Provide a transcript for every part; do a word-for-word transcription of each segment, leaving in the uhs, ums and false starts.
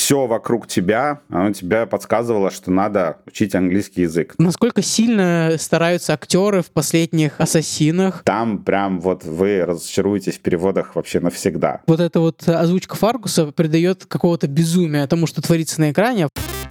все вокруг тебя, оно тебе подсказывало, что надо учить английский язык. Насколько сильно стараются актеры в последних «Ассасинах»? Там прям вот вы разочаруетесь в переводах вообще навсегда. Вот эта вот озвучка Фаргуса придает какого-то безумия тому, что творится на экране.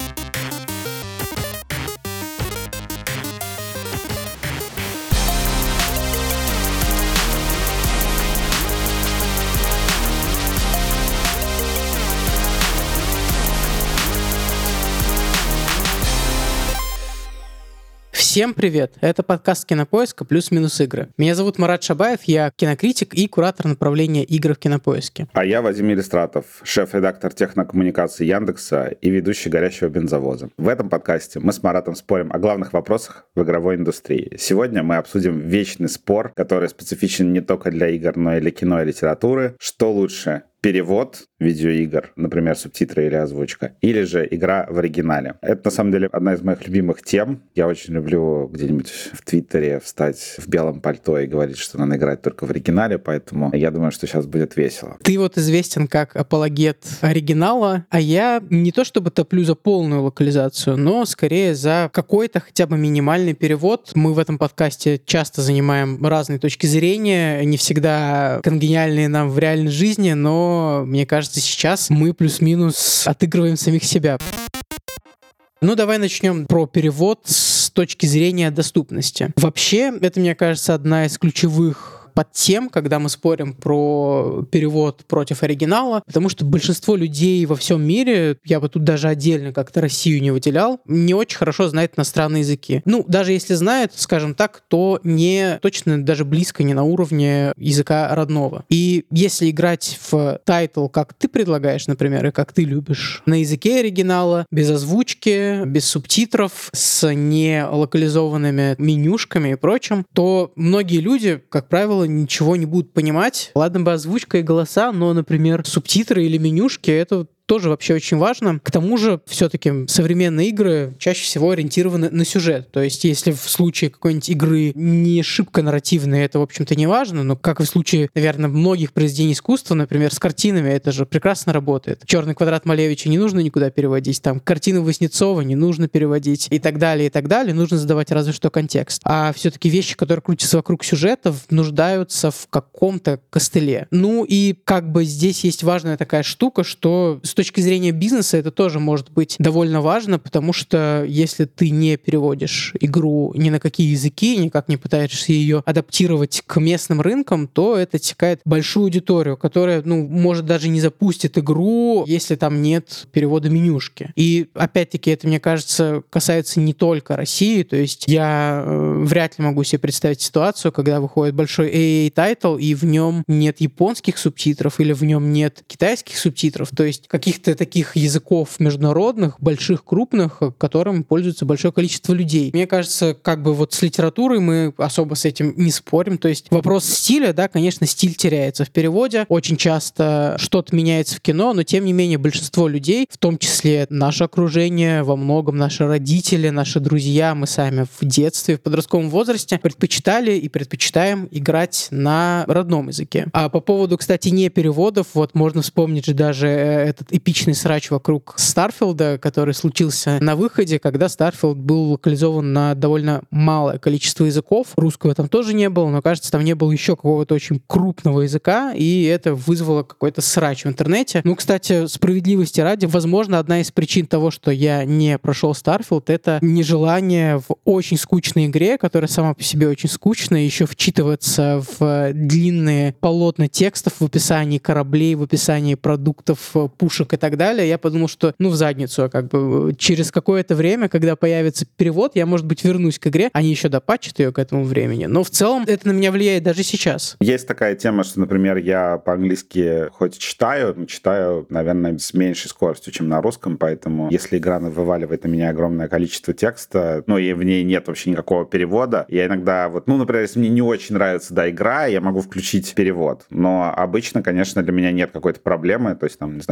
Всем привет! Это подкаст Кинопоиска «Плюс-минус игры». Меня зовут Марат Шабаев, я кинокритик и куратор направления игр в Кинопоиске. А я Вадим Елистратов, шеф-редактор технокоммуникаций Яндекса и ведущий «Горящего бензовоза». В этом подкасте мы с Маратом спорим о главных вопросах в игровой индустрии. Сегодня мы обсудим вечный спор, который специфичен не только для игр, но и для кино и литературы. Что лучше? Перевод видеоигр, например, субтитры или озвучка, или же игра в оригинале. Это, на самом деле, одна из моих любимых тем. Я очень люблю где-нибудь в Твиттере встать в белом пальто и говорить, что надо играть только в оригинале, поэтому я думаю, что сейчас будет весело. Ты вот известен как апологет оригинала, а я не то чтобы топлю за полную локализацию, но скорее за какой-то хотя бы минимальный перевод. Мы в этом подкасте часто занимаем разные точки зрения, не всегда конгениальные нам в реальной жизни, но мне кажется, сейчас мы плюс-минус отыгрываем самих себя. Ну, давай начнем про перевод с точки зрения доступности. Вообще, это, мне кажется, одна из ключевых подтем, когда мы спорим про перевод против оригинала, потому что большинство людей во всем мире, я бы тут даже отдельно как-то Россию не выделял, не очень хорошо знает иностранные языки. Ну, даже если знает, скажем так, то не точно даже близко не на уровне языка родного. И если играть в тайтл, как ты предлагаешь, например, и как ты любишь, на языке оригинала, без озвучки, без субтитров, с нелокализованными менюшками и прочим, то многие люди, как правило, ничего не будут понимать. Ладно бы озвучка и голоса, но, например, субтитры или менюшки — это тоже вообще очень важно. К тому же, все-таки современные игры чаще всего ориентированы на сюжет. То есть, если в случае какой-нибудь игры не шибко нарративной, это, в общем-то, не важно, но как и в случае, наверное, многих произведений искусства, например, с картинами, это же прекрасно работает. «Черный квадрат» Малевича не нужно никуда переводить, там, картины Васнецова не нужно переводить и так далее, и так далее. Нужно задавать разве что контекст. А все-таки вещи, которые крутятся вокруг сюжетов, нуждаются в каком-то костыле. Ну и как бы здесь есть важная такая штука, что с точки зрения бизнеса это тоже может быть довольно важно, потому что если ты не переводишь игру ни на какие языки, никак не пытаешься ее адаптировать к местным рынкам, то это отсекает большую аудиторию, которая, ну, может даже не запустит игру, если там нет перевода менюшки. И опять-таки это, мне кажется, касается не только России, то есть я э, вряд ли могу себе представить ситуацию, когда выходит большой эй эй тайтл, и в нем нет японских субтитров или в нем нет китайских субтитров, то есть каких-то таких языков международных, больших, крупных, которым пользуется большое количество людей. Мне кажется, как бы вот с литературой мы особо с этим не спорим. То есть вопрос стиля, да, конечно, стиль теряется в переводе. Очень часто что-то меняется в кино, но тем не менее большинство людей, в том числе наше окружение, во многом наши родители, наши друзья, мы сами в детстве, в подростковом возрасте предпочитали и предпочитаем играть на родном языке. А по поводу, кстати, не переводов, вот можно вспомнить же даже этот эпичный срач вокруг Старфилда, который случился на выходе, когда Старфилд был локализован на довольно малое количество языков. Русского там тоже не было, но, кажется, там не было еще какого-то очень крупного языка, и это вызвало какой-то срач в интернете. Ну, кстати, справедливости ради, возможно, одна из причин того, что я не прошел Старфилд, это нежелание в очень скучной игре, которая сама по себе очень скучная, еще вчитываться в длинные полотна текстов в описании кораблей, в описании продуктов, пушек и так далее. Я подумал, что ну в задницу, как бы через какое-то время, когда появится перевод, я, может быть, вернусь к игре. Они еще допатчат ее к этому времени. Но в целом это на меня влияет даже сейчас. Есть такая тема, что, например, я по-английски хоть читаю, но читаю, наверное, с меньшей скоростью, чем на русском, поэтому если игра вываливает на меня огромное количество текста, ну и в ней нет вообще никакого перевода, я иногда вот, ну, например, если мне не очень нравится, да, игра, я могу включить перевод. Но обычно, конечно, для меня нет какой-то проблемы, то есть там, не знаю, Jedi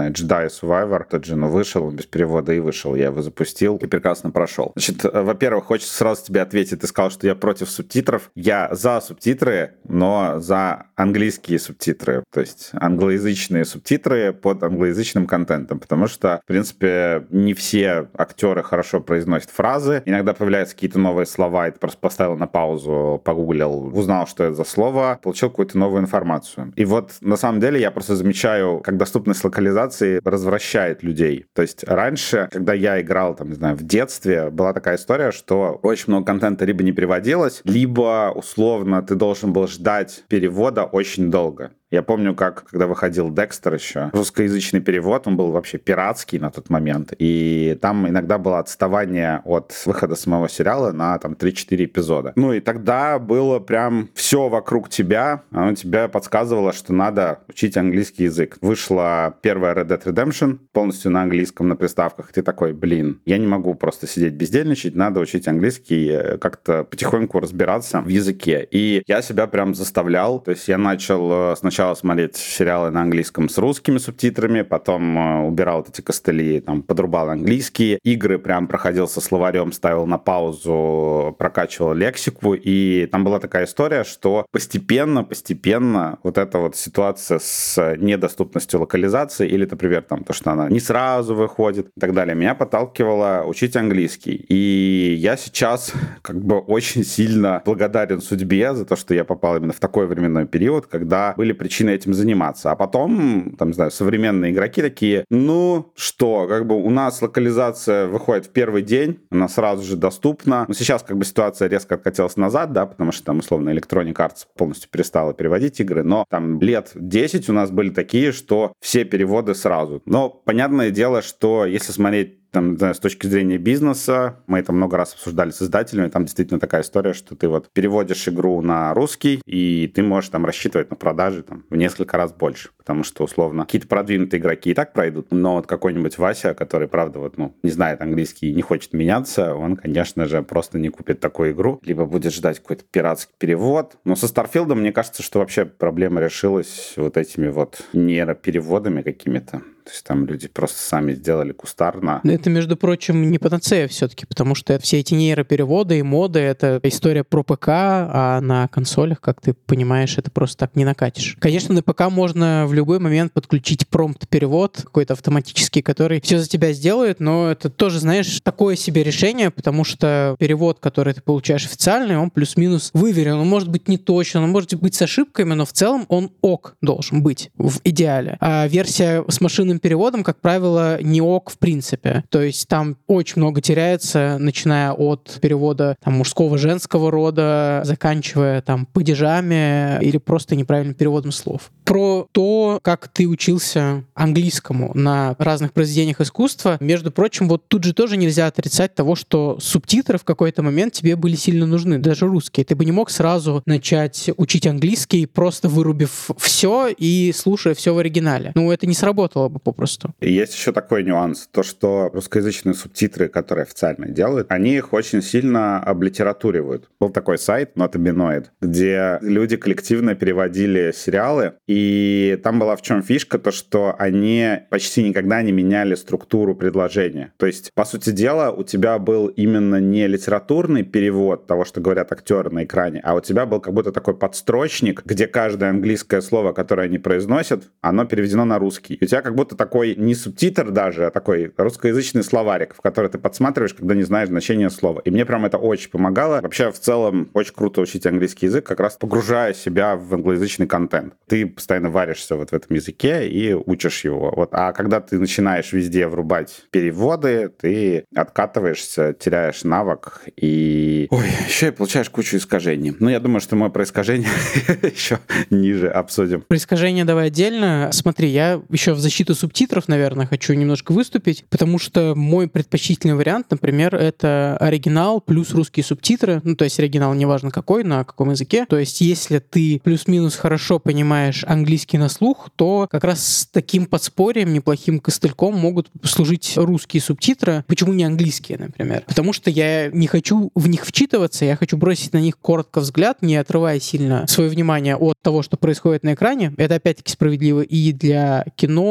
Jedi Survivor, тот же, ну, вышел, без перевода и вышел. Я его запустил и прекрасно прошел. Значит, во-первых, хочется сразу тебе ответить. Ты сказал, что я против субтитров. Я за субтитры, но за английские субтитры. То есть англоязычные субтитры под англоязычным контентом. Потому что, в принципе, не все актеры хорошо произносят фразы. Иногда появляются какие-то новые слова, и ты просто поставил на паузу, погуглил, узнал, что это за слово, получил какую-то новую информацию. И вот, на самом деле, я просто замечаю, как доступность локализации развращает людей. То есть раньше, когда я играл, там, не знаю, в детстве, была такая история, что очень много контента либо не переводилось, либо, условно, ты должен был ждать перевода очень долго. Я помню, как, когда выходил Декстер еще, русскоязычный перевод, он был вообще пиратский на тот момент, и там иногда было отставание от выхода самого сериала на там три-четыре эпизода. Ну и тогда было прям все вокруг тебя, оно тебе подсказывало, что надо учить английский язык. Вышла первая Red Dead Redemption полностью на английском на приставках, и ты такой, блин, я не могу просто сидеть бездельничать, надо учить английский, как-то потихоньку разбираться в языке. И я себя прям заставлял, то есть я начал сначала смотреть сериалы на английском с русскими субтитрами, потом э, убирал вот эти костыли, там, подрубал английские. Игры прям проходил со словарем, ставил на паузу, прокачивал лексику, и там была такая история, что постепенно, постепенно вот эта вот ситуация с недоступностью локализации, или, например, там, то, что она не сразу выходит и так далее, меня подталкивало учить английский. И я сейчас как бы очень сильно благодарен судьбе за то, что я попал именно в такой временной период, когда были причины этим заниматься. А потом, там, не знаю, современные игроки такие, ну что, как бы у нас локализация выходит в первый день, она сразу же доступна. Но сейчас как бы ситуация резко откатилась назад, да, потому что там, условно, Electronic Arts полностью перестала переводить игры, но там лет десять у нас были такие, что все переводы сразу. Но понятное дело, что если смотреть там, с точки зрения бизнеса, мы это много раз обсуждали с издателями, там действительно такая история, что ты вот переводишь игру на русский, и ты можешь там рассчитывать на продажи там в несколько раз больше, потому что, условно, какие-то продвинутые игроки и так пройдут, но вот какой-нибудь Вася, который, правда, вот, ну, не знает английский и не хочет меняться, он, конечно же, просто не купит такую игру, либо будет ждать какой-то пиратский перевод. Но со Starfield, мне кажется, что вообще проблема решилась вот этими вот нейропереводами какими-то. То есть там люди просто сами сделали кустарно. Это, между прочим, не панацея все-таки, потому что все эти нейропереводы и моды — это история про ПК, а на консолях, как ты понимаешь, это просто так не накатишь. Конечно, на ПК можно в любой момент подключить промпт-перевод какой-то автоматический, который все за тебя сделает, но это тоже, знаешь, такое себе решение, потому что перевод, который ты получаешь официальный, он плюс-минус выверен. Он может быть не точен, он может быть с ошибками, но в целом он ок должен быть в идеале. А версия с машинным переводом, как правило, не ок в принципе. То есть там очень много теряется, начиная от перевода там, мужского-женского рода, заканчивая там падежами или просто неправильным переводом слов. Про то, как ты учился английскому на разных произведениях искусства, между прочим, вот тут же тоже нельзя отрицать того, что субтитры в какой-то момент тебе были сильно нужны, даже русские. Ты бы не мог сразу начать учить английский, просто вырубив все и слушая все в оригинале. Ну, это не сработало бы попросту. Есть еще такой нюанс, то, что русскоязычные субтитры, которые официально делают, они их очень сильно облитературивают. Был такой сайт Notabinoid, где люди коллективно переводили сериалы, и там была в чем фишка, то, что они почти никогда не меняли структуру предложения. То есть, по сути дела, у тебя был именно не литературный перевод того, что говорят актеры на экране, а у тебя был как будто такой подстрочник, где каждое английское слово, которое они произносят, оно переведено на русский. И у тебя как будто такой не субтитр даже, а такой русскоязычный словарик, в который ты подсматриваешь, когда не знаешь значения слова. И мне прям это очень помогало. Вообще, в целом, очень круто учить английский язык, как раз погружая себя в англоязычный контент. Ты постоянно варишься вот в этом языке и учишь его. Вот. А когда ты начинаешь везде врубать переводы, ты откатываешься, теряешь навык и... Ой, еще и получаешь кучу искажений. Ну, я думаю, что мы про искажения еще ниже обсудим. Про искажения давай отдельно. Смотри, я еще в защиту субтитров, наверное, хочу немножко выступить, потому что мой предпочтительный вариант, например, это оригинал плюс русские субтитры. Ну, то есть оригинал неважно какой, на каком языке. То есть если ты плюс-минус хорошо понимаешь английский на слух, то как раз с таким подспорьем, неплохим костыльком могут служить русские субтитры. Почему не английские, например? Потому что я не хочу в них вчитываться, я хочу бросить на них коротко взгляд, не отрывая сильно свое внимание от того, что происходит на экране. Это опять-таки справедливо и для кино, сериалов,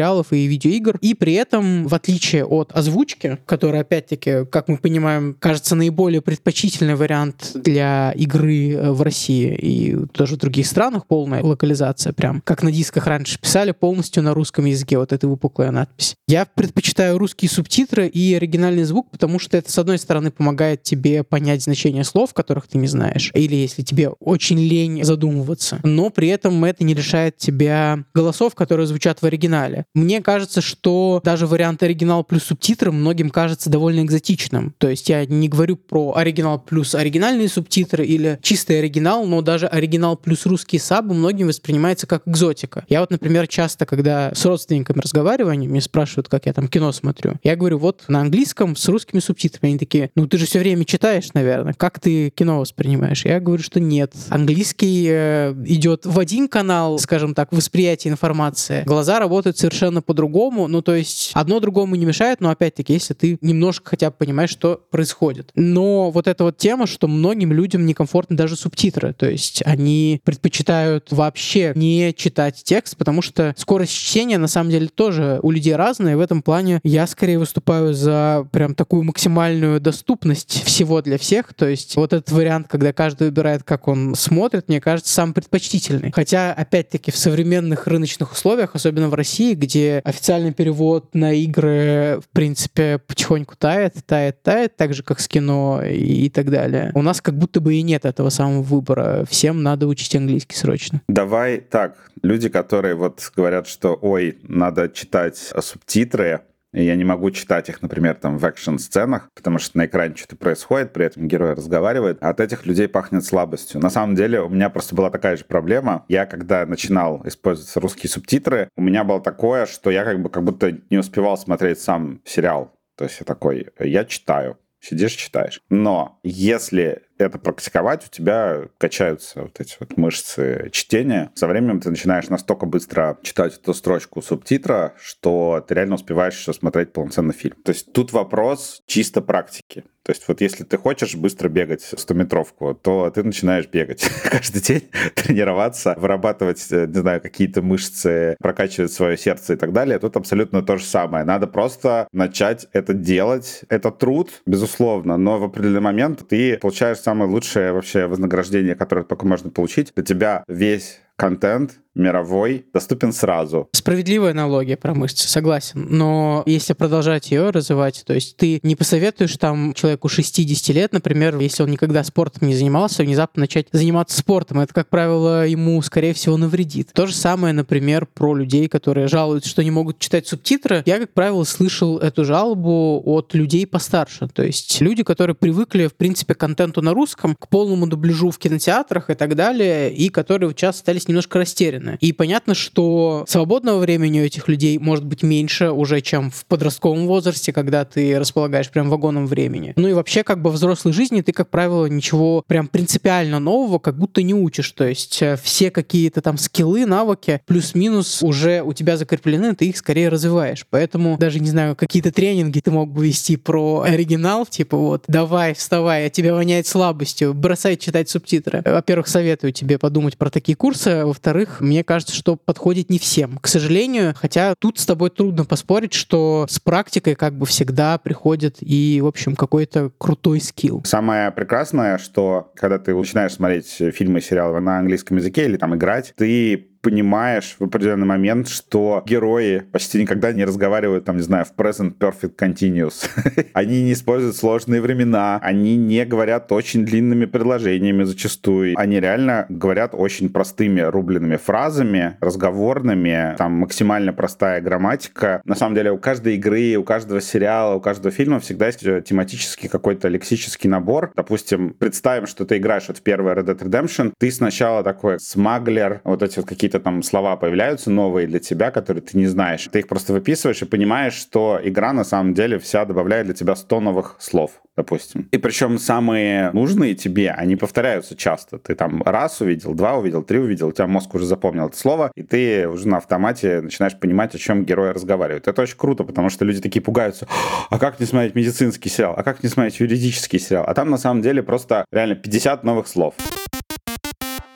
сериалов и видеоигр. И при этом, в отличие от озвучки, которая, опять-таки, как мы понимаем, кажется наиболее предпочтительный вариант для игры в России и тоже в других странах, полная локализация прям, как на дисках раньше писали, полностью на русском языке, вот эта выпуклая надпись. Я предпочитаю русские субтитры и оригинальный звук, потому что это, с одной стороны, помогает тебе понять значение слов, которых ты не знаешь, или если тебе очень лень задумываться, но при этом это не лишает тебя голосов, которые звучат в оригинале. Мне кажется, что даже вариант оригинал плюс субтитры многим кажется довольно экзотичным. То есть я не говорю про оригинал плюс оригинальные субтитры или чистый оригинал, но даже оригинал плюс русские сабы многим воспринимается как экзотика. Я вот, например, часто, когда с родственниками разговариваю, они меня спрашивают, как я там кино смотрю. Я говорю, вот на английском с русскими субтитрами. Они такие, ну ты же все время читаешь, наверное. Как ты кино воспринимаешь? Я говорю, что нет. Английский э, идет в один канал, скажем так, восприятие информации. Глаза работают совершенно по-другому. Ну, то есть одно другому не мешает, но опять-таки, если ты немножко хотя бы понимаешь, что происходит. Но вот эта вот тема, что многим людям некомфортны даже субтитры. То есть они предпочитают вообще не читать текст, потому что скорость чтения на самом деле тоже у людей разная. И в этом плане я скорее выступаю за прям такую максимальную доступность всего для всех. То есть вот этот вариант, когда каждый выбирает, как он смотрит, мне кажется, самый предпочтительный. Хотя, опять-таки, в современных рыночных условиях, особенно в России, где официальный перевод на игры, в принципе, потихоньку тает, тает, тает, так же, как с кино и, и так далее. У нас как будто бы и нет этого самого выбора. Всем надо учить английский срочно. Давай так. Люди, которые вот говорят, что, ой, надо читать субтитры, и я не могу читать их, например, там в экшн-сценах, потому что на экране что-то происходит, при этом герой разговаривает. От этих людей пахнет слабостью. На самом деле у меня просто была такая же проблема. Я, когда начинал использовать русские субтитры, у меня было такое, что я как бы как будто не успевал смотреть сам сериал. То есть я такой, я читаю. Сидишь, читаешь. Но если это практиковать, у тебя качаются вот эти вот мышцы чтения. Со временем ты начинаешь настолько быстро читать эту строчку субтитра, что ты реально успеваешь еще смотреть полноценный фильм. То есть тут вопрос чисто практики. То есть вот если ты хочешь быстро бегать стометровку, то ты начинаешь бегать каждый день, тренироваться, вырабатывать, не знаю, какие-то мышцы, прокачивать свое сердце и так далее. Тут абсолютно то же самое. Надо просто начать это делать. Это труд, безусловно, но в определенный момент ты получаешь самое лучшее вообще вознаграждение, которое только можно получить. Для тебя весь контент мировой доступен сразу. Справедливая аналогия про мышцы, согласен. Но если продолжать ее развивать, то есть ты не посоветуешь там человеку шестьдесят лет, например, если он никогда спортом не занимался, внезапно начать заниматься спортом. Это, как правило, ему, скорее всего, навредит. То же самое, например, про людей, которые жалуются, что не могут читать субтитры. Я, как правило, слышал эту жалобу от людей постарше. То есть люди, которые привыкли, в принципе, к контенту на русском, к полному дубляжу в кинотеатрах и так далее, и которые часто остались немножко растеряны. И понятно, что свободного времени у этих людей может быть меньше уже, чем в подростковом возрасте, когда ты располагаешь прям вагоном времени. Ну и вообще, как бы в взрослой жизни ты, как правило, ничего прям принципиально нового как будто не учишь. То есть все какие-то там скиллы, навыки, плюс-минус уже у тебя закреплены, ты их скорее развиваешь. Поэтому даже, не знаю, какие-то тренинги ты мог бы вести про оригинал, типа вот, давай, вставай, от тебя воняет слабостью, бросай читать субтитры. Во-первых, советую тебе подумать про такие курсы. Во-вторых, мне кажется, что подходит не всем, к сожалению, хотя тут с тобой трудно поспорить, что с практикой как бы всегда приходит и, в общем, какой-то крутой скилл. Самое прекрасное, что когда ты начинаешь смотреть фильмы и сериалы на английском языке или там играть, ты понимаешь в определенный момент, что герои почти никогда не разговаривают, там, не знаю, в present perfect continuous. Они не используют сложные времена, они не говорят очень длинными предложениями зачастую. Они реально говорят очень простыми рубленными фразами, разговорными, там максимально простая грамматика. На самом деле у каждой игры, у каждого сериала, у каждого фильма всегда есть тематический какой-то лексический набор. Допустим, представим, что ты играешь вот в первый Red Dead Redemption, ты сначала такой смаглер, вот эти вот какие какие-то там слова появляются новые для тебя, которые ты не знаешь. Ты их просто выписываешь и понимаешь, что игра на самом деле вся добавляет для тебя сто новых слов, допустим. И причем самые нужные тебе, они повторяются часто. Ты там раз увидел, два увидел, три увидел, у тебя мозг уже запомнил это слово, и ты уже на автомате начинаешь понимать, о чем герои разговаривают. Это очень круто, потому что люди такие пугаются. А как не смотреть медицинский сериал? А как не смотреть юридический сериал? А там на самом деле просто реально пятьдесят новых слов.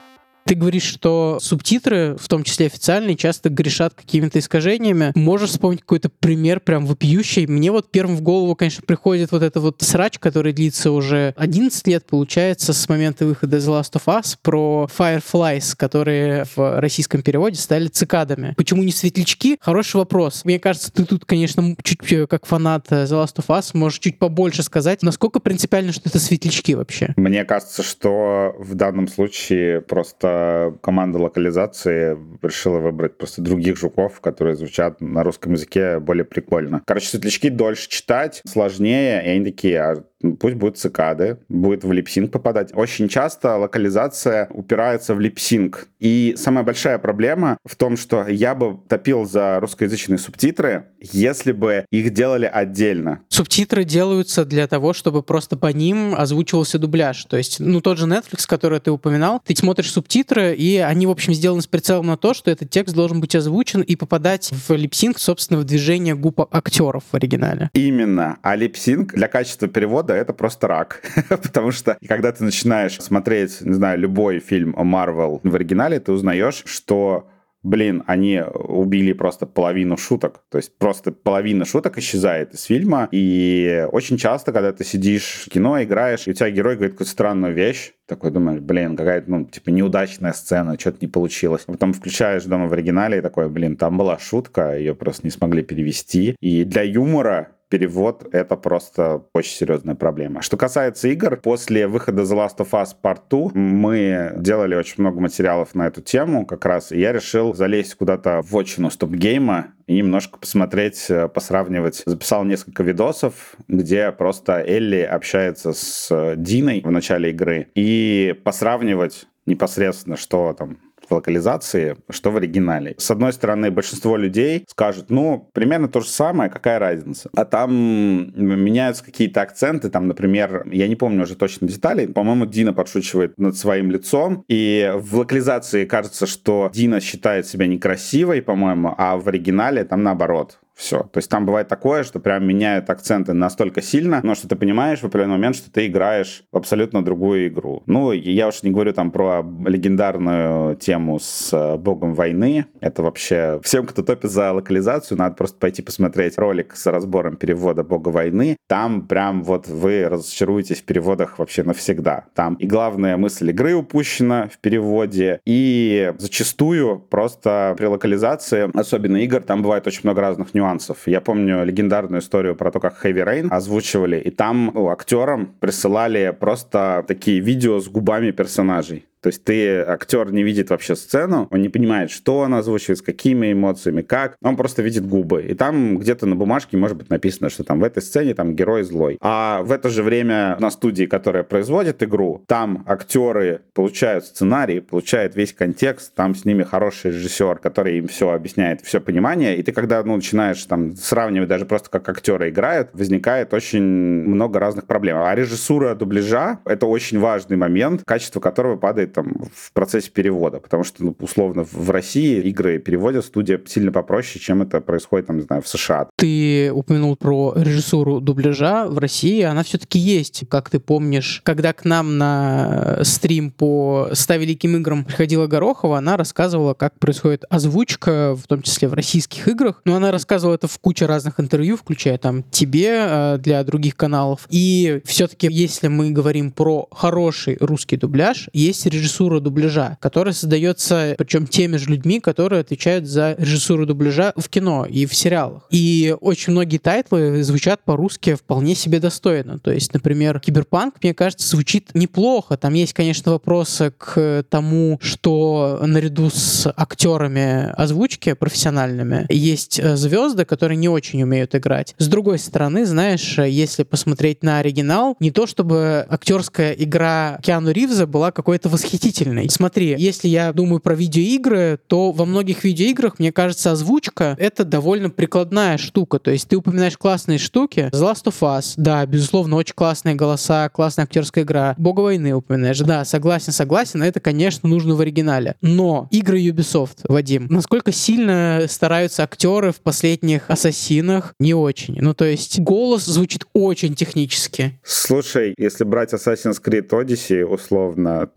Ты говоришь, что субтитры, в том числе официальные, часто грешат какими-то искажениями. Можешь вспомнить какой-то пример прям вопиющий? Мне вот первым в голову, конечно, приходит вот эта вот срач, который длится уже одиннадцать лет, получается, с момента выхода The Last of Us, про Fireflies, которые в российском переводе стали цикадами. Почему не светлячки? Хороший вопрос. Мне кажется, ты тут, конечно, чуть как фанат The Last of Us можешь чуть побольше сказать, насколько принципиально, что это светлячки вообще? Мне кажется, что в данном случае просто команда локализации решила выбрать просто других жуков, которые звучат на русском языке более прикольно. Короче, светлячки дольше читать, сложнее, и они такие, а пусть будут цикады, будет в липсинг попадать. Очень часто локализация упирается в липсинг. И самая большая проблема в том, что я бы топил за русскоязычные субтитры, если бы их делали отдельно. Субтитры делаются для того, чтобы просто по ним озвучивался дубляж. То есть, ну, тот же Netflix, который ты упоминал, ты смотришь субтитры, и они, в общем, сделаны с прицелом на то, что этот текст должен быть озвучен и попадать в липсинг, собственно, в движение губ актеров в оригинале. Именно. А липсинг для качества перевода — это просто рак. Потому что, когда ты начинаешь смотреть, не знаю, любой фильм Marvel в оригинале, ты узнаешь, что, блин, они убили просто половину шуток. То есть просто половина шуток исчезает из фильма. И очень часто, когда ты сидишь в кино, играешь, и у тебя герой говорит какую-то странную вещь, такой думаешь, блин, какая-то, ну, типа, неудачная сцена, что-то не получилось. А потом включаешь дома в оригинале и такой, блин, там была шутка, ее просто не смогли перевести. И для юмора перевод — это просто очень серьезная проблема. Что касается игр, после выхода The Last of Us Part два мы делали очень много материалов на эту тему как раз, и я решил залезть куда-то в вотчину стоп-гейма и немножко посмотреть, посравнивать. Записал несколько видосов, где просто Элли общается с Диной в начале игры, и посравнивать непосредственно, что там в локализации, что в оригинале. С одной стороны, большинство людей скажут, ну, примерно то же самое, какая разница. А там меняются какие-то акценты, там, например, я не помню уже точно деталей, по-моему, Дина подшучивает над своим лицом, и в локализации кажется, что Дина считает себя некрасивой, по-моему, а в оригинале там наоборот. Все. То есть там бывает такое, что прям меняют акценты настолько сильно, но что ты понимаешь в определенный момент, что ты играешь в абсолютно другую игру. Ну, я уж не говорю там про легендарную тему с богом войны. Это вообще... Всем, кто топит за локализацию, надо просто пойти посмотреть ролик с разбором перевода бога войны. Там прям вот вы разочаруетесь в переводах вообще навсегда. Там и главная мысль игры упущена в переводе, и зачастую просто при локализации, особенно игр, там бывает очень много разных нюансов. нюансов. Я помню легендарную историю про то, как Heavy Rain озвучивали, и там ну, актерам присылали просто такие видео с губами персонажей. То есть ты, актер не видит вообще сцену, он не понимает, что он озвучивает, с какими эмоциями, как. Он просто видит губы. И там где-то на бумажке может быть написано, что там в этой сцене там герой злой. А в это же время на студии, которая производит игру, там актеры получают сценарий, получают весь контекст, там с ними хороший режиссер, который им все объясняет, все понимание. И ты когда ну, начинаешь там сравнивать даже просто как актеры играют, возникает очень много разных проблем. А режиссура дубляжа — это очень важный момент, качество которого падает там, в процессе перевода, потому что, ну, условно, в России игры переводят студия сильно попроще, чем это происходит, там, не знаю, в США. Ты упомянул про режиссуру дубляжа. В России она все-таки есть. Как ты помнишь, когда к нам на стрим по ста великим играм приходила Горохова, она рассказывала, как происходит озвучка, в том числе в российских играх. Но она рассказывала это в куче разных интервью, включая там тебе для других каналов. И все-таки, если мы говорим про хороший русский дубляж, есть режиссура режиссура дубляжа, которая создается, причем теми же людьми, которые отвечают за режиссуру дубляжа в кино и в сериалах. И очень многие тайтлы звучат по-русски вполне себе достойно. То есть, например, Киберпанк, мне кажется, звучит неплохо. Там есть, конечно, вопросы к тому, что наряду с актерами озвучки профессиональными есть звезды, которые не очень умеют играть. С другой стороны, знаешь, если посмотреть на оригинал, не то чтобы актерская игра Киану Ривза была какой-то восхитительной. Смотри, если я думаю про видеоигры, то во многих видеоиграх, мне кажется, озвучка — это довольно прикладная штука. То есть ты упоминаешь классные штуки. The Last of Us, да, безусловно, очень классные голоса, классная актерская игра. Бога войны упоминаешь, да, согласен, согласен, это, конечно, нужно в оригинале. Но игры Ubisoft, Вадим, насколько сильно стараются актеры в последних Ассасинах? Не очень. Ну, то есть голос звучит очень технически. Слушай, если брать Assassin's Creed Odyssey, условно, то там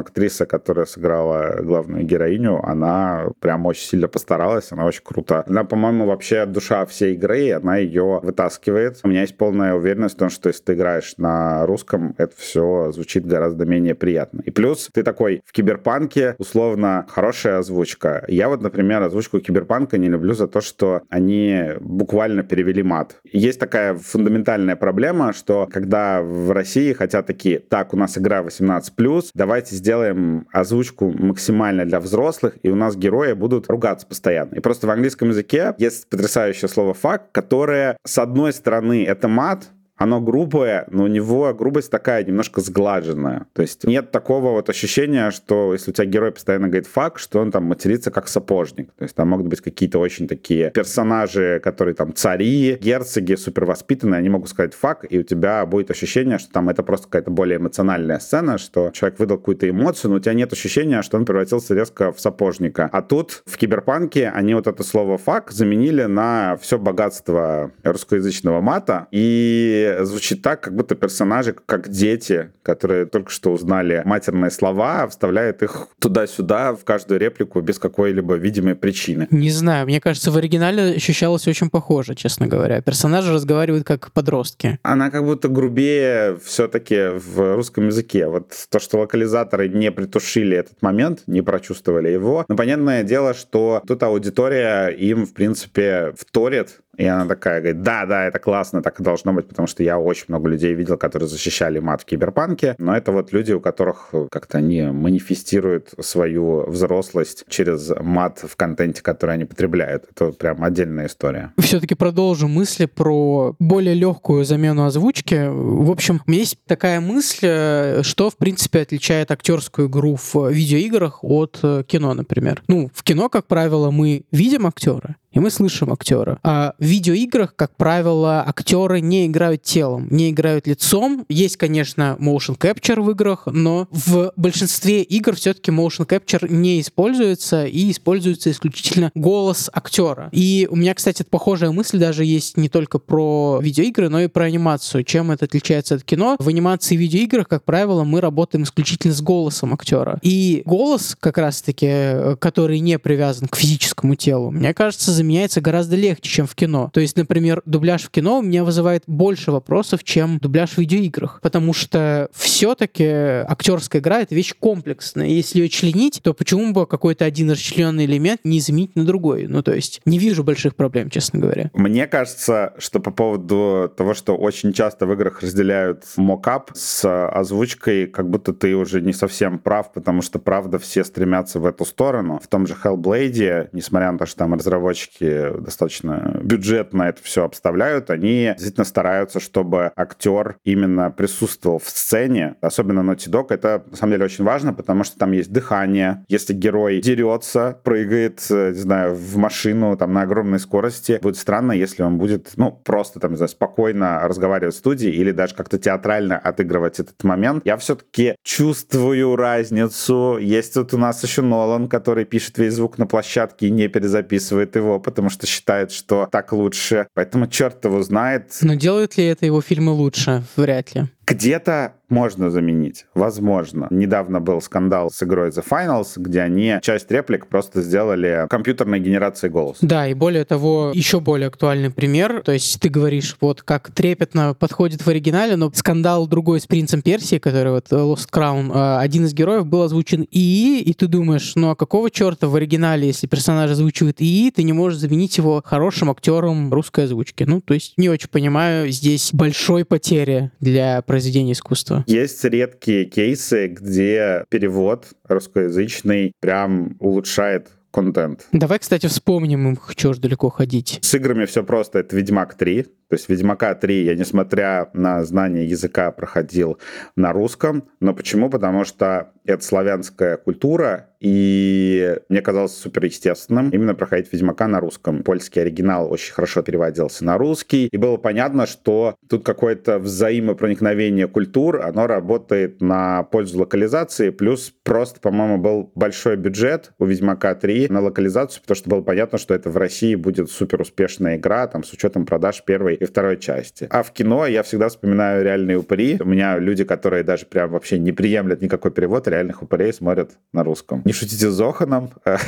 актриса, которая сыграла главную героиню, она прям очень сильно постаралась, она очень круто. Она, по-моему, вообще душа всей игры, и она ее вытаскивает. У меня есть полная уверенность в том, что если ты играешь на русском, это все звучит гораздо менее приятно. И плюс ты такой в Киберпанке, условно, хорошая озвучка. Я вот, например, озвучку Киберпанка не люблю за то, что они буквально перевели мат. Есть такая фундаментальная проблема, что когда в России хотят такие, так, у нас игра восемнадцать плюс, давайте сделаем озвучку максимально для взрослых, и у нас герои будут ругаться постоянно. И просто в английском языке есть потрясающее слово «fuck», которое, с одной стороны, это мат, оно грубое, но у него грубость такая немножко сглаженная. То есть нет такого вот ощущения, что если у тебя герой постоянно говорит «фак», что он там матерится как сапожник. То есть там могут быть какие-то очень такие персонажи, которые там цари, герцоги, супервоспитанные, они могут сказать «фак», и у тебя будет ощущение, что там это просто какая-то более эмоциональная сцена, что человек выдал какую-то эмоцию, но у тебя нет ощущения, что он превратился резко в сапожника. А тут в Киберпанке они вот это слово «фак» заменили на все богатство русскоязычного мата, и звучит так, как будто персонажи, как дети, которые только что узнали матерные слова, вставляют их туда-сюда в каждую реплику без какой-либо видимой причины. Не знаю, мне кажется, в оригинале ощущалось очень похоже, честно говоря. Персонажи разговаривают как подростки. Она как будто грубее все-таки в русском языке. Вот то, что локализаторы не притушили этот момент, не прочувствовали его. Но понятное дело, что тут аудитория им, в принципе, вторит. И она такая говорит, да, да, это классно, так и должно быть, потому что я очень много людей видел, которые защищали мат в Киберпанке, но это вот люди, у которых как-то они манифестируют свою взрослость через мат в контенте, который они потребляют. Это прям отдельная история. Все-таки продолжу мысли про более легкую замену озвучки. В общем, у меня есть такая мысль, что, в принципе, отличает актерскую игру в видеоиграх от кино, например. Ну, в кино, как правило, мы видим актера, и мы слышим актера. А в видеоиграх, как правило, актеры не играют телом, не играют лицом. Есть, конечно, motion capture в играх, но в большинстве игр все-таки motion capture не используется, и используется исключительно голос актера. И у меня, кстати, похожая мысль даже есть не только про видеоигры, но и про анимацию. Чем это отличается от кино? В анимации и видеоиграх, как правило, мы работаем исключительно с голосом актера. И голос, как раз-таки, который не привязан к физическому телу, мне кажется, заменяется гораздо легче, чем в кино. То есть, например, дубляж в кино у меня вызывает больше вопросов, чем дубляж в видеоиграх. Потому что все-таки актерская игра — это вещь комплексная. Если ее членить, то почему бы какой-то один расчлененный элемент не заменить на другой? Ну, то есть, не вижу больших проблем, честно говоря. Мне кажется, что по поводу того, что очень часто в играх разделяют мокап с озвучкой, как будто ты уже не совсем прав, потому что, правда, все стремятся в эту сторону. В том же Hellblade, несмотря на то, что там разработчики достаточно бюджетно это все обставляют, они действительно стараются, чтобы актер именно присутствовал в сцене. Особенно Naughty Dog это, на самом деле, очень важно, потому что там есть дыхание. Если герой дерется, прыгает, не знаю, в машину там на огромной скорости, будет странно, если он будет, ну, просто там, не знаю, спокойно разговаривать в студии или даже как-то театрально отыгрывать этот момент. Я все-таки чувствую разницу. Есть тут у нас еще Нолан, который пишет весь звук на площадке и не перезаписывает его, потому что считает, что так лучше. Поэтому черт его знает. Но делают ли это его фильмы лучше? Вряд ли. Где-то можно заменить, возможно. Недавно был скандал с игрой The Finals, где они часть реплик просто сделали компьютерной генерацией голоса. Да, и более того, еще более актуальный пример. То есть ты говоришь, вот как трепетно подходит в оригинале, но скандал другой с «Принцем Персии», который вот Lost Crown, один из героев был озвучен ИИ, и ты думаешь, ну а какого черта в оригинале, если персонаж озвучивает ИИ, ты не можешь заменить его хорошим актером русской озвучки? Ну, то есть не очень понимаю здесь большой потери для произведения искусства. Есть редкие кейсы, где перевод русскоязычный прям улучшает контент. Давай, кстати, вспомним их, чего ж далеко ходить. С играми все просто. Это «Ведьмак три». То есть «Ведьмака три» я, несмотря на знание языка, проходил на русском. Но почему? Потому что это славянская культура, и мне казалось суперестественным именно проходить «Ведьмака» на русском. Польский оригинал очень хорошо переводился на русский, и было понятно, что тут какое-то взаимопроникновение культур, оно работает на пользу локализации, плюс просто, по-моему, был большой бюджет у «Ведьмака три» на локализацию, потому что было понятно, что это в России будет суперуспешная игра, там, с учетом продаж первой и второй части. А в кино я всегда вспоминаю «Реальные упыри». У меня люди, которые даже прям вообще не приемлят никакой перевод «Реальных упырей», смотрят на русском. Не шутите с Зоханом.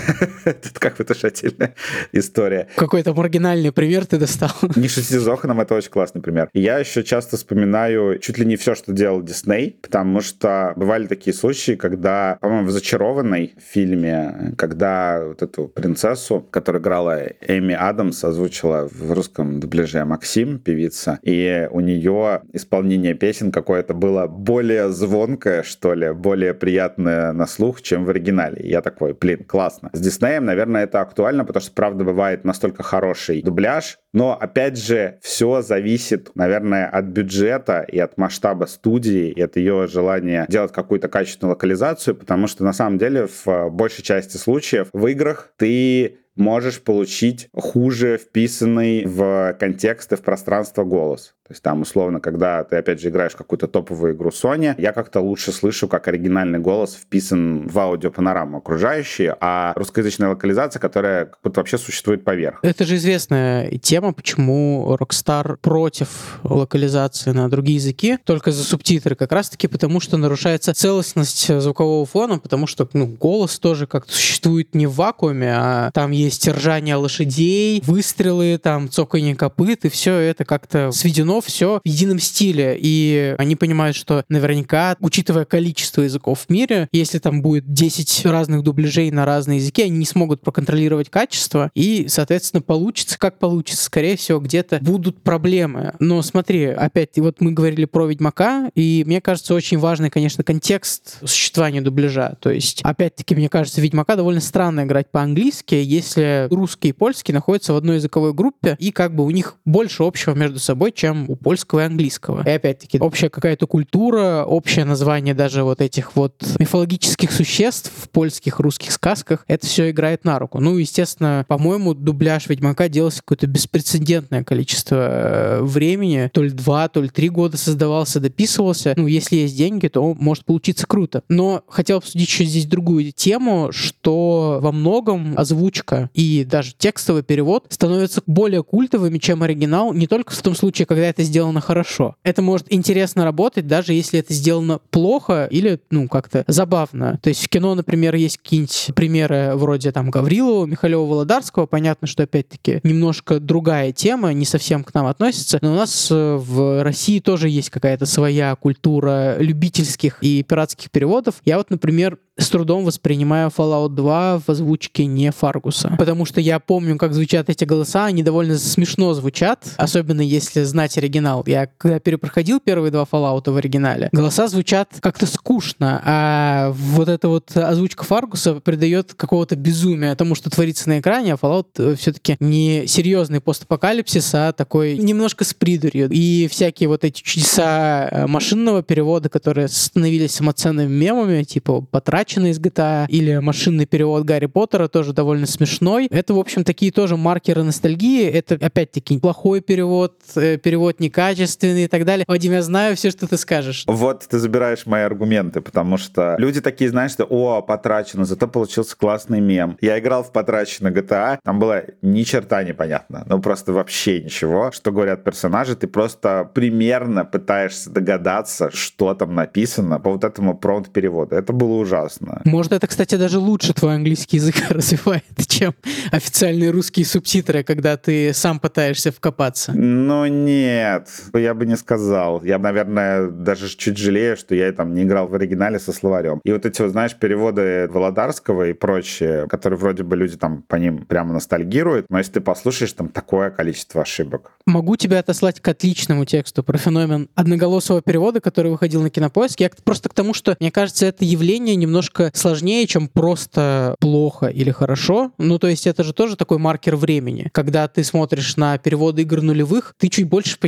Это как бы тоже отдельная история. Какой-то маргинальный пример ты достал. Не шутите с Зоханом, это очень классный пример. Я еще часто вспоминаю чуть ли не все, что делал Дисней, потому что бывали такие случаи, когда, по-моему, в «Зачарованной» фильме, когда вот эту принцессу, которая играла Эми Адамс, озвучила в русском дубляже Максим, певица, и у нее исполнение песен какое-то было более звонкое, что ли, более приятное на слух, чем в оригинале. И я такой, блин, классно. С Диснеем, наверное, это актуально, потому что, правда, бывает настолько хороший дубляж, но, опять же, все зависит, наверное, от бюджета и от масштаба студии, и от ее желания делать какую-то качественную локализацию, потому что, на самом деле, в большей части случаев в играх ты можешь получить хуже вписанный в контексты, в пространство голос. То есть там, условно, когда ты, опять же, играешь какую-то топовую игру Sony, я как-то лучше слышу, как оригинальный голос вписан в аудиопанораму окружающие, а русскоязычная локализация, которая как будто вообще существует поверх. Это же известная тема, почему Rockstar против локализации на другие языки, только за субтитры, как раз-таки потому, что нарушается целостность звукового фона, потому что ну, голос тоже как-то существует не в вакууме, а там есть ржание лошадей, выстрелы, там цоканье копыт, и все это как-то сведено все в едином стиле, и они понимают, что наверняка, учитывая количество языков в мире, если там будет десять разных дубляжей на разные языки, они не смогут проконтролировать качество, и, соответственно, получится, как получится. Скорее всего, где-то будут проблемы. Но смотри, опять, вот мы говорили про Ведьмака, и мне кажется, очень важный, конечно, контекст существования дубляжа. То есть, опять-таки, мне кажется, Ведьмака довольно странно играть по-английски, если русский и польский находятся в одной языковой группе, и как бы у них больше общего между собой, чем у польского и английского. И опять-таки, общая какая-то культура, общее название даже вот этих вот мифологических существ в польских, русских сказках, это все играет на руку. Ну, естественно, по-моему, дубляж Ведьмака делался какое-то беспрецедентное количество времени, то ли два, то ли три года создавался, дописывался. Ну, если есть деньги, то может получиться круто. Но хотел обсудить еще здесь другую тему, что во многом озвучка и даже текстовый перевод становятся более культовыми, чем оригинал, не только в том случае, когда это сделано хорошо. Это может интересно работать, даже если это сделано плохо или, ну, как-то забавно. То есть в кино, например, есть какие-нибудь примеры вроде там Гаврилова, Михалева, Володарского. Понятно, что, опять-таки, немножко другая тема, не совсем к нам относится, но у нас в России тоже есть какая-то своя культура любительских и пиратских переводов. Я вот, например, с трудом воспринимаю Fallout два в озвучке не Фаргуса. Потому что я помню, как звучат эти голоса, они довольно смешно звучат, особенно если знать оригинал. Я когда перепроходил первые два Fallout в оригинале, голоса звучат как-то скучно, а вот эта вот озвучка Фаргуса придает какого-то безумия тому, что творится на экране, а Fallout все-таки не серьезный постапокалипсис, а такой немножко с придурью. И всякие вот эти чудеса машинного перевода, которые становились самоценными мемами, типа «Потрачено» из джи ти эй, или машинный перевод Гарри Поттера, тоже довольно смешной. Это, в общем, такие тоже маркеры ностальгии. Это, опять-таки, плохой перевод, перевод некачественный и так далее. Вадим, я знаю все, что ты скажешь. Вот ты забираешь мои аргументы, потому что люди такие, знаешь, что «О, потрачено, зато получился классный мем». Я играл в «Потрачено» джи ти эй, там было ни черта непонятно. Ну, просто вообще ничего. Что говорят персонажи, ты просто примерно пытаешься догадаться, что там написано по вот этому промпт-переводу. Это было ужасно. Может, это, кстати, даже лучше твой английский язык развивает, чем официальные русские субтитры, когда ты сам пытаешься вкопаться. Ну, нет, я бы не сказал. Я, наверное, даже чуть жалею, что я там не играл в оригинале со словарем. И вот эти, вот, знаешь, переводы Володарского и прочие, которые вроде бы люди там по ним прямо ностальгируют, но если ты послушаешь, там такое количество ошибок. Могу тебя отослать к отличному тексту про феномен одноголосого перевода, который выходил на Кинопоиск. Я просто к тому, что, мне кажется, это явление немножко сложнее, чем просто плохо или хорошо. Ну, то есть это же тоже такой маркер времени. Когда ты смотришь на переводы игр нулевых, ты чуть больше понимаешь,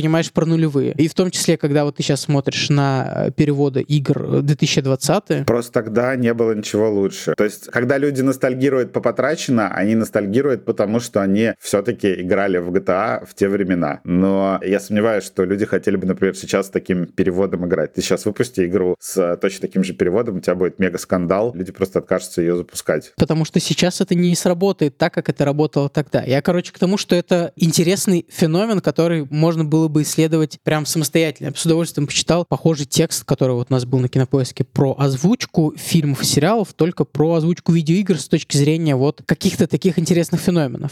понимаешь про нулевые. И в том числе, когда вот ты сейчас смотришь на переводы игр две тысячи двадцатые. Просто тогда не было ничего лучше. То есть, когда люди ностальгируют по потрачено, они ностальгируют, потому что они все-таки играли в джи ти эй в те времена. Но я сомневаюсь, что люди хотели бы, например, сейчас с таким переводом играть. Ты сейчас выпусти игру с точно таким же переводом, у тебя будет мега-скандал, люди просто откажутся ее запускать. Потому что сейчас это не сработает так, как это работало тогда. Я, короче, к тому, что это интересный феномен, который можно было бы исследовать прям самостоятельно. Я бы с удовольствием почитал похожий текст, который вот у нас был на Кинопоиске, про озвучку фильмов и сериалов, только про озвучку видеоигр с точки зрения вот каких-то таких интересных феноменов.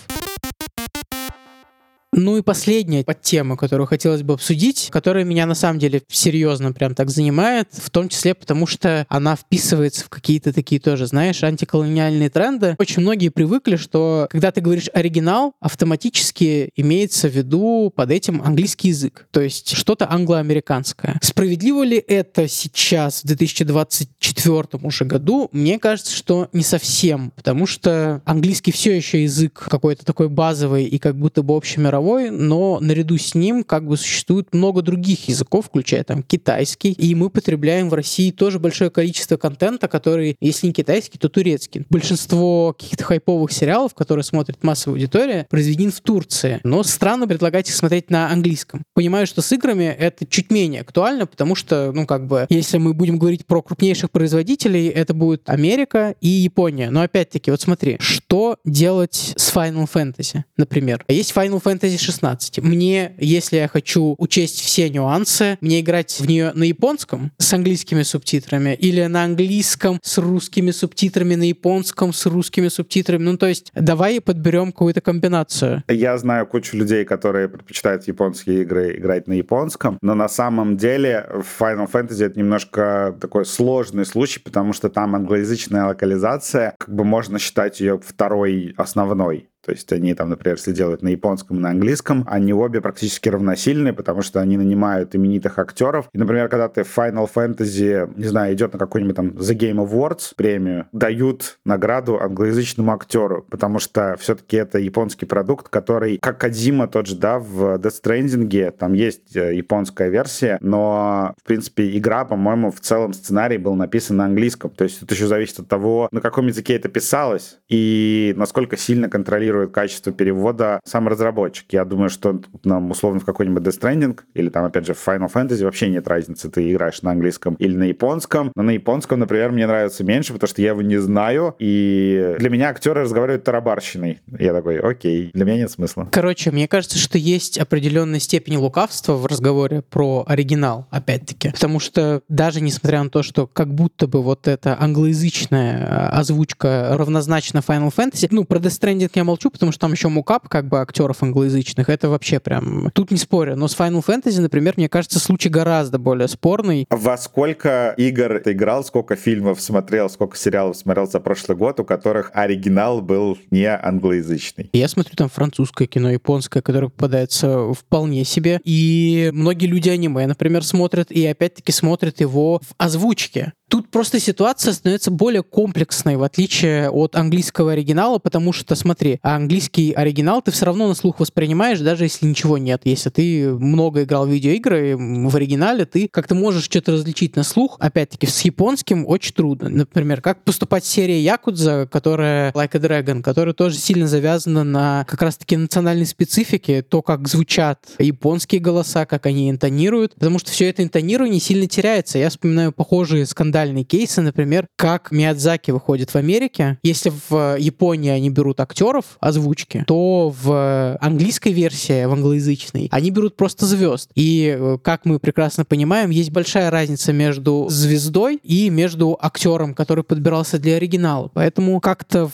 Ну и последняя подтема, которую хотелось бы обсудить, которая меня на самом деле серьезно прям так занимает, в том числе потому, что она вписывается в какие-то такие тоже, знаешь, антиколониальные тренды. Очень многие привыкли, что когда ты говоришь оригинал, автоматически имеется в виду под этим английский язык, то есть что-то англоамериканское. Справедливо ли это сейчас, в две тысячи двадцать четвёртом уже году? Мне кажется, что не совсем, потому что английский все еще язык какой-то такой базовый и как будто бы общемировой, но наряду с ним как бы существует много других языков, включая там китайский, и мы потребляем в России тоже большое количество контента, который, если не китайский, то турецкий. Большинство каких-то хайповых сериалов, которые смотрит массовая аудитория, произведены в Турции, но странно предлагать их смотреть на английском. Понимаю, что с играми это чуть менее актуально, потому что, ну как бы, если мы будем говорить про крупнейших производителей, это будет Америка и Япония. Но опять-таки, вот смотри, что делать с Final Fantasy, например? Есть Final Fantasy шестнадцать. Мне, если я хочу учесть все нюансы, мне играть в нее на японском с английскими субтитрами или на английском с русскими субтитрами, на японском с русскими субтитрами. Ну, то есть, давай подберем какую-то комбинацию. Я знаю кучу людей, которые предпочитают японские игры играть на японском, но на самом деле в Final Fantasy это немножко такой сложный случай, потому что там англоязычная локализация, как бы можно считать ее второй основной. То есть они там, например, если делают на японском и на английском, они обе практически равносильны, потому что они нанимают именитых актеров. И, например, когда ты в Final Fantasy, не знаю, идет на какой-нибудь там The Game Awards премию, дают награду англоязычному актеру, потому что все-таки это японский продукт, который, как Кодзима тот же, да, в Death Stranding, там есть японская версия, но, в принципе, игра, по-моему, в целом сценарий был написан на английском. То есть это еще зависит от того, на каком языке это писалось и насколько сильно контролирует качество перевода сам разработчик. Я думаю, что нам условно в какой-нибудь Death Stranding или там, опять же, в Final Fantasy вообще нет разницы, ты играешь на английском или на японском. Но на японском, например, мне нравится меньше, потому что я его не знаю, и для меня актеры разговаривают тарабарщиной. Я такой, окей, для меня нет смысла. Короче, мне кажется, что есть определенная степень лукавства в разговоре про оригинал, опять-таки. Потому что даже несмотря на то, что как будто бы вот эта англоязычная озвучка равнозначна Final Fantasy, ну, про Death Stranding я молчу, потому что там еще мукап как бы актеров англоязычных. Это вообще прям... Тут не спорю. Но с Final Fantasy, например, мне кажется, случай гораздо более спорный. Во сколько игр ты играл, сколько фильмов смотрел, сколько сериалов смотрел за прошлый год, у которых оригинал был не англоязычный? Я смотрю там французское кино, японское, которое попадается вполне себе. И многие люди аниме, например, смотрят, и опять-таки смотрят его в озвучке. Тут просто ситуация становится более комплексной, в отличие от английского оригинала, потому что, смотри, английский оригинал ты все равно на слух воспринимаешь, даже если ничего нет. Если ты много играл в видеоигры, в оригинале ты как-то можешь что-то различить на слух. Опять-таки, с японским очень трудно. Например, как поступать с серией Якудза, которая Like a Dragon, которая тоже сильно завязана на как раз-таки национальной специфике, то, как звучат японские голоса, как они интонируют, потому что все это интонирование сильно теряется. Я вспоминаю похожие скандалы кейсы, например, как Миядзаки выходит в Америке. Если в Японии они берут актеров озвучки, то в английской версии, в англоязычной, они берут просто звезд. И, как мы прекрасно понимаем, есть большая разница между звездой и между актером, который подбирался для оригинала. Поэтому как-то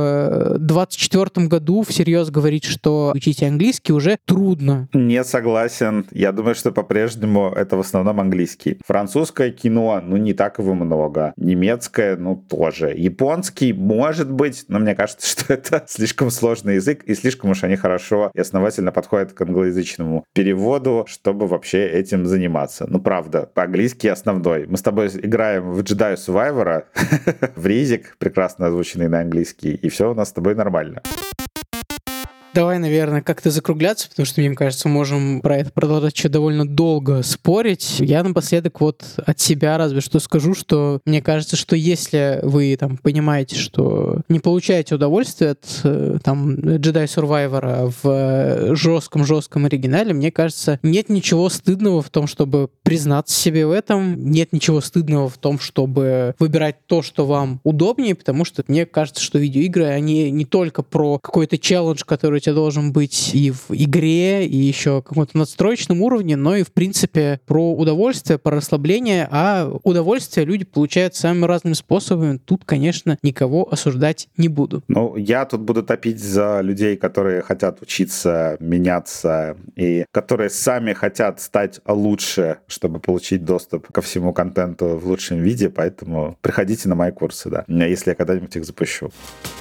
в двадцать четвёртом году всерьез говорить, что учите английский, уже трудно. Не согласен. Я думаю, что по-прежнему это в основном английский. Французское кино, ну, не так его много. Немецкое, ну, тоже. Японский, может быть, но мне кажется, что это слишком сложный язык, и слишком уж они хорошо и основательно подходят к англоязычному переводу, чтобы вообще этим заниматься. Ну, правда, по-английски основной. Мы с тобой играем в Jedi Survivor, в Ризик, прекрасно озвученный на английский, и все у нас с тобой нормально. Давай, наверное, как-то закругляться, потому что, мне кажется, можем про это продолжать еще довольно долго спорить. Я напоследок вот от себя разве что скажу, что мне кажется, что если вы там понимаете, что не получаете удовольствие от там Jedi Survivor в жестком-жестком оригинале, мне кажется, нет ничего стыдного в том, чтобы признаться себе в этом, нет ничего стыдного в том, чтобы выбирать то, что вам удобнее, потому что мне кажется, что видеоигры, они не только про какой-то челлендж, который у тебя должен быть и в игре, и еще каком-то надстроечном уровне, но и, в принципе, про удовольствие, про расслабление, а удовольствие люди получают самыми разными способами. Тут, конечно, никого осуждать не буду. Ну, я тут буду топить за людей, которые хотят учиться, меняться, и которые сами хотят стать лучше, чтобы получить доступ ко всему контенту в лучшем виде, поэтому приходите на мои курсы, да, если я когда-нибудь их запущу.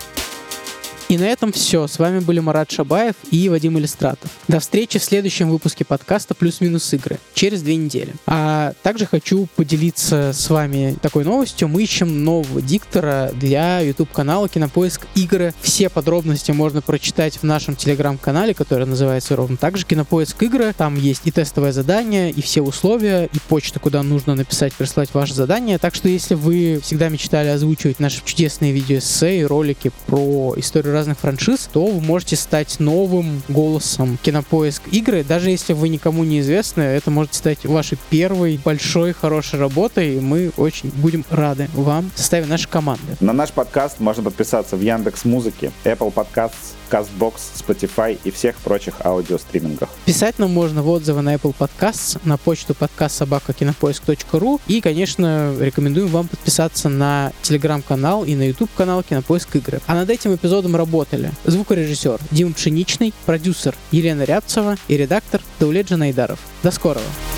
И на этом все. С вами были Марат Шабаев и Вадим Иллистратов. До встречи в следующем выпуске подкаста «Плюс-минус игры» через две недели. А также хочу поделиться с вами такой новостью. Мы ищем нового диктора для YouTube-канала «Кинопоиск Игры». Все подробности можно прочитать в нашем телеграм-канале, который называется ровно так же «Кинопоиск Игры». Там есть и тестовое задание, и все условия, и почта, куда нужно написать, прислать ваше задание. Так что если вы всегда мечтали озвучивать наши чудесные видеоэссе и ролики про историю разных франшиз, то вы можете стать новым голосом Кинопоиск Игры. Даже если вы никому не известны, это может стать вашей первой большой хорошей работой, и мы очень будем рады вам в составе нашей команды. На наш подкаст можно подписаться в Яндекс.Музыке, Apple Podcasts, CastBox, Spotify и всех прочих аудиостримингах. Писать нам можно в отзывы на Apple Podcasts, на почту подкаст собака кинопоиск точка ру, и, конечно, рекомендуем вам подписаться на телеграм-канал и на YouTube-канал Кинопоиск Игры. А над этим эпизодом работали звукорежиссер Дима Пшеничный, продюсер Елена Рябцева и редактор Даулет Джанайдаров. До скорого!